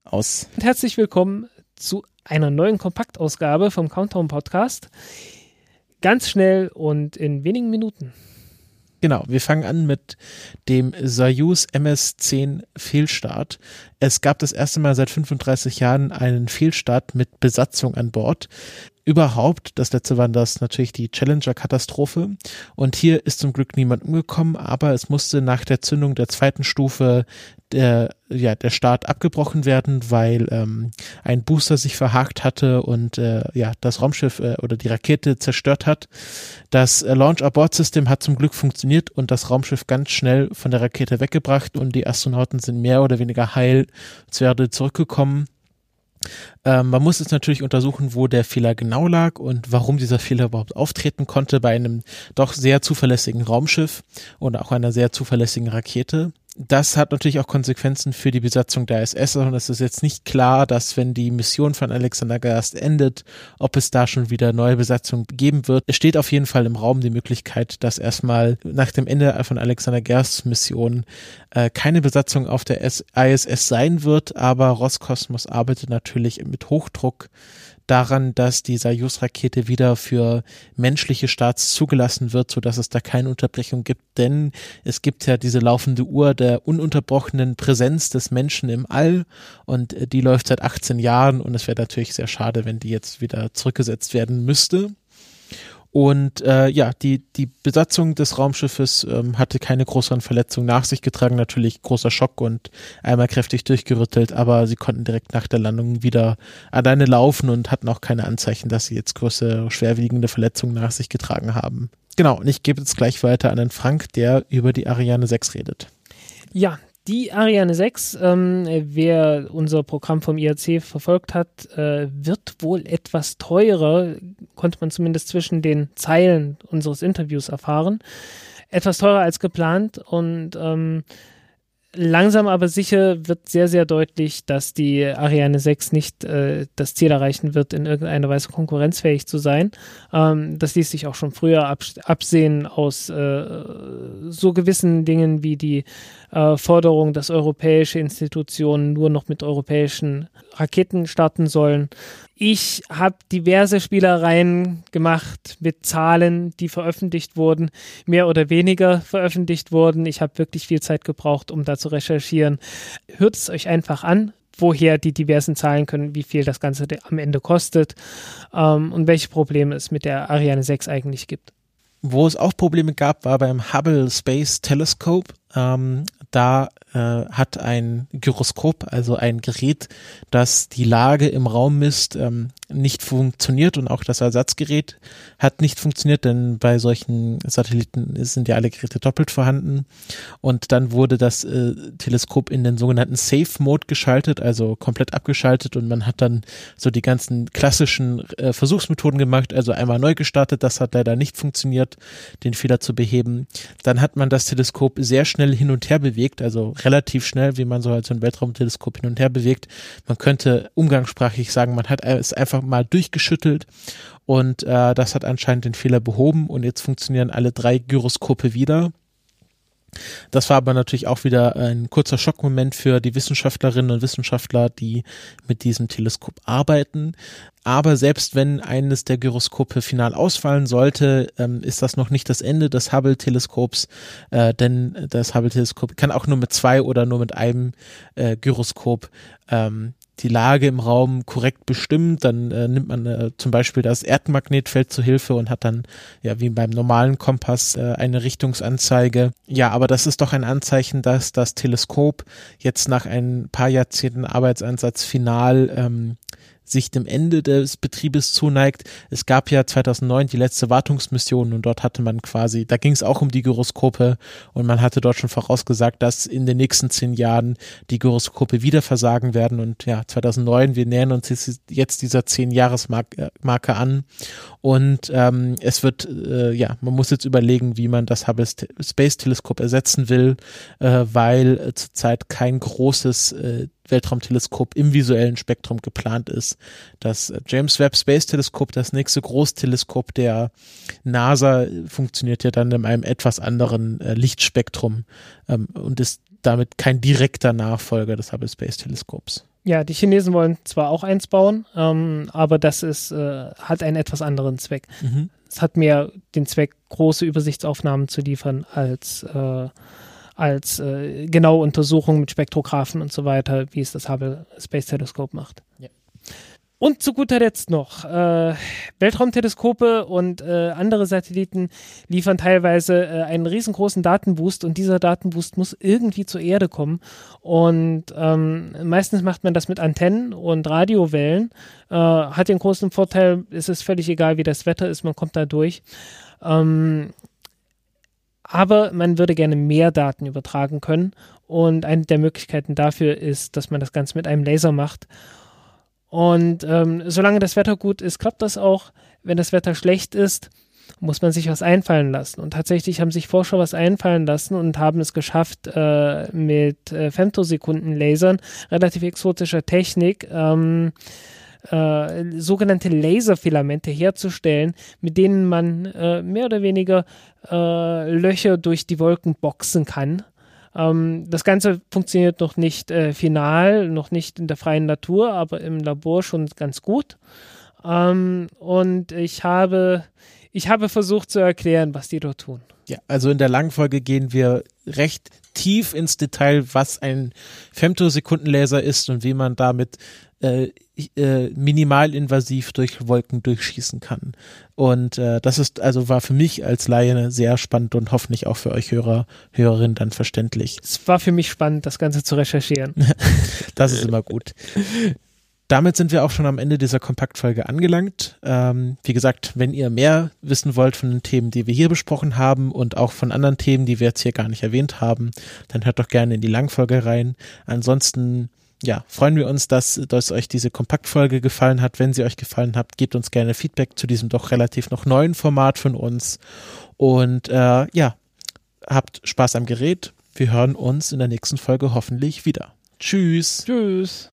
aus. Und herzlich willkommen zu einer neuen Kompaktausgabe vom Countdown Podcast. Ganz schnell und in wenigen Minuten. Genau, wir fangen an mit dem Soyuz MS-10 Fehlstart. Es gab das erste Mal seit 35 Jahren einen Fehlstart mit Besatzung an Bord. Überhaupt, das letzte war das natürlich die Challenger-Katastrophe und hier ist zum Glück niemand umgekommen, aber es musste nach der Zündung der zweiten Stufe der Start abgebrochen werden, weil ein Booster sich verhakt hatte und das Raumschiff oder die Rakete zerstört hat. Das Launch-Abort-System hat zum Glück funktioniert und das Raumschiff ganz schnell von der Rakete weggebracht und die Astronauten sind mehr oder weniger heil zur Erde zurückgekommen. Man muss jetzt natürlich untersuchen, wo der Fehler genau lag und warum dieser Fehler überhaupt auftreten konnte bei einem doch sehr zuverlässigen Raumschiff oder auch einer sehr zuverlässigen Rakete. Das hat natürlich auch Konsequenzen für die Besatzung der ISS und es ist jetzt nicht klar, dass wenn die Mission von Alexander Gerst endet, ob es da schon wieder neue Besatzung geben wird. Es steht auf jeden Fall im Raum die Möglichkeit, dass erstmal nach dem Ende von Alexander Gersts Mission keine Besatzung auf der ISS sein wird, aber Roskosmos arbeitet natürlich mit Hochdruck daran, dass die Soyuz-Rakete wieder für menschliche Starts zugelassen wird, sodass es da keine Unterbrechung gibt, denn es gibt ja diese laufende Uhr der ununterbrochenen Präsenz des Menschen im All und die läuft seit 18 Jahren und es wäre natürlich sehr schade, wenn die jetzt wieder zurückgesetzt werden müsste. Und die Besatzung des Raumschiffes hatte keine größeren Verletzungen nach sich getragen, natürlich großer Schock und einmal kräftig durchgerüttelt, aber sie konnten direkt nach der Landung wieder alleine laufen und hatten auch keine Anzeichen, dass sie jetzt größere, schwerwiegende Verletzungen nach sich getragen haben. Genau, und ich gebe jetzt gleich weiter an den Frank, der über die Ariane 6 redet. Ja, die Ariane 6, wer unser Programm vom IAC verfolgt hat, wird wohl etwas teurer, konnte man zumindest zwischen den Zeilen unseres Interviews erfahren. Etwas teurer als geplant und langsam aber sicher wird sehr, sehr deutlich, dass die Ariane 6 nicht das Ziel erreichen wird, in irgendeiner Weise konkurrenzfähig zu sein. Das ließ sich auch schon früher absehen aus so gewissen Dingen wie die Forderung, dass europäische Institutionen nur noch mit europäischen Raketen starten sollen. Ich habe diverse Spielereien gemacht mit Zahlen, die veröffentlicht wurden, mehr oder weniger veröffentlicht wurden. Ich habe wirklich viel Zeit gebraucht, um da zu recherchieren. Hört es euch einfach an, woher die diversen Zahlen können, wie viel das Ganze am Ende kostet und welche Probleme es mit der Ariane 6 eigentlich gibt. Wo es auch Probleme gab, war beim Hubble Space Telescope. Da hat ein Gyroskop, also ein Gerät, das die Lage im Raum misst, nicht funktioniert und auch das Ersatzgerät hat nicht funktioniert, denn bei solchen Satelliten sind ja alle Geräte doppelt vorhanden und dann wurde das Teleskop in den sogenannten Safe Mode geschaltet, also komplett abgeschaltet und man hat dann so die ganzen klassischen Versuchsmethoden gemacht, also einmal neu gestartet, das hat leider nicht funktioniert, den Fehler zu beheben. Dann hat man das Teleskop sehr schnell hin und her bewegt, also relativ schnell, wie man so halt so ein Weltraumteleskop hin und her bewegt. Man könnte umgangssprachlich sagen, man hat es einfach mal durchgeschüttelt und das hat anscheinend den Fehler behoben und jetzt funktionieren alle 3 Gyroskope wieder. Das war aber natürlich auch wieder ein kurzer Schockmoment für die Wissenschaftlerinnen und Wissenschaftler, die mit diesem Teleskop arbeiten. Aber selbst wenn eines der Gyroskope final ausfallen sollte, ist das noch nicht das Ende des Hubble-Teleskops, denn das Hubble-Teleskop kann auch nur mit 2 oder nur mit einem Gyroskop die Lage im Raum korrekt bestimmt, dann nimmt man zum Beispiel das Erdmagnetfeld zur Hilfe und hat dann, ja, wie beim normalen Kompass, eine Richtungsanzeige. Ja, aber das ist doch ein Anzeichen, dass das Teleskop jetzt nach ein paar Jahrzehnten Arbeitseinsatz final sich dem Ende des Betriebes zuneigt. Es gab ja 2009 die letzte Wartungsmission und dort hatte man quasi, da ging es auch um die Gyroskope und man hatte dort schon vorausgesagt, dass in den nächsten 10 Jahren die Gyroskope wieder versagen werden und ja, 2009, wir nähern uns jetzt dieser 10-Jahres-Marke an und es wird, man muss jetzt überlegen, wie man das Hubble Space Teleskop ersetzen will, weil zurzeit kein großes Weltraumteleskop im visuellen Spektrum geplant ist. Das James Webb Space Teleskop, das nächste Großteleskop der NASA, funktioniert ja dann in einem etwas anderen Lichtspektrum und ist damit kein direkter Nachfolger des Hubble Space Teleskops. Ja, die Chinesen wollen zwar auch eins bauen, aber das hat einen etwas anderen Zweck. Es hat mehr den Zweck, große Übersichtsaufnahmen zu liefern, als genaue Untersuchungen mit Spektrographen und so weiter, wie es das Hubble Space Telescope macht. Ja. Und zu guter Letzt noch, Weltraumteleskope und andere Satelliten liefern teilweise einen riesengroßen Datenboost und dieser Datenboost muss irgendwie zur Erde kommen und meistens macht man das mit Antennen und Radiowellen, hat den großen Vorteil, es ist völlig egal, wie das Wetter ist, man kommt da durch. Aber man würde gerne mehr Daten übertragen können und eine der Möglichkeiten dafür ist, dass man das Ganze mit einem Laser macht. Und solange das Wetter gut ist, klappt das auch. Wenn das Wetter schlecht ist, muss man sich was einfallen lassen. Und tatsächlich haben sich Forscher was einfallen lassen und haben es geschafft, mit Femtosekunden-Lasern, relativ exotischer Technik, sogenannte Laserfilamente herzustellen, mit denen man mehr oder weniger Löcher durch die Wolken boxen kann. Das Ganze funktioniert noch nicht final, noch nicht in der freien Natur, aber im Labor schon ganz gut. Und ich habe versucht zu erklären, was die dort tun. Ja, also in der langen Folge gehen wir recht tief ins Detail, was ein Femtosekundenlaser ist und wie man damit minimalinvasiv durch Wolken durchschießen kann. Und war für mich als Laie sehr spannend und hoffentlich auch für euch Hörerinnen dann verständlich. Es war für mich spannend, das Ganze zu recherchieren. Das ist immer gut. Damit sind wir auch schon am Ende dieser Kompaktfolge angelangt. Wie gesagt, wenn ihr mehr wissen wollt von den Themen, die wir hier besprochen haben und auch von anderen Themen, die wir jetzt hier gar nicht erwähnt haben, dann hört doch gerne in die Langfolge rein. Ansonsten freuen wir uns, dass euch diese Kompaktfolge gefallen hat. Wenn sie euch gefallen hat, gebt uns gerne Feedback zu diesem doch relativ noch neuen Format von uns. Und habt Spaß am Gerät. Wir hören uns in der nächsten Folge hoffentlich wieder. Tschüss. Tschüss.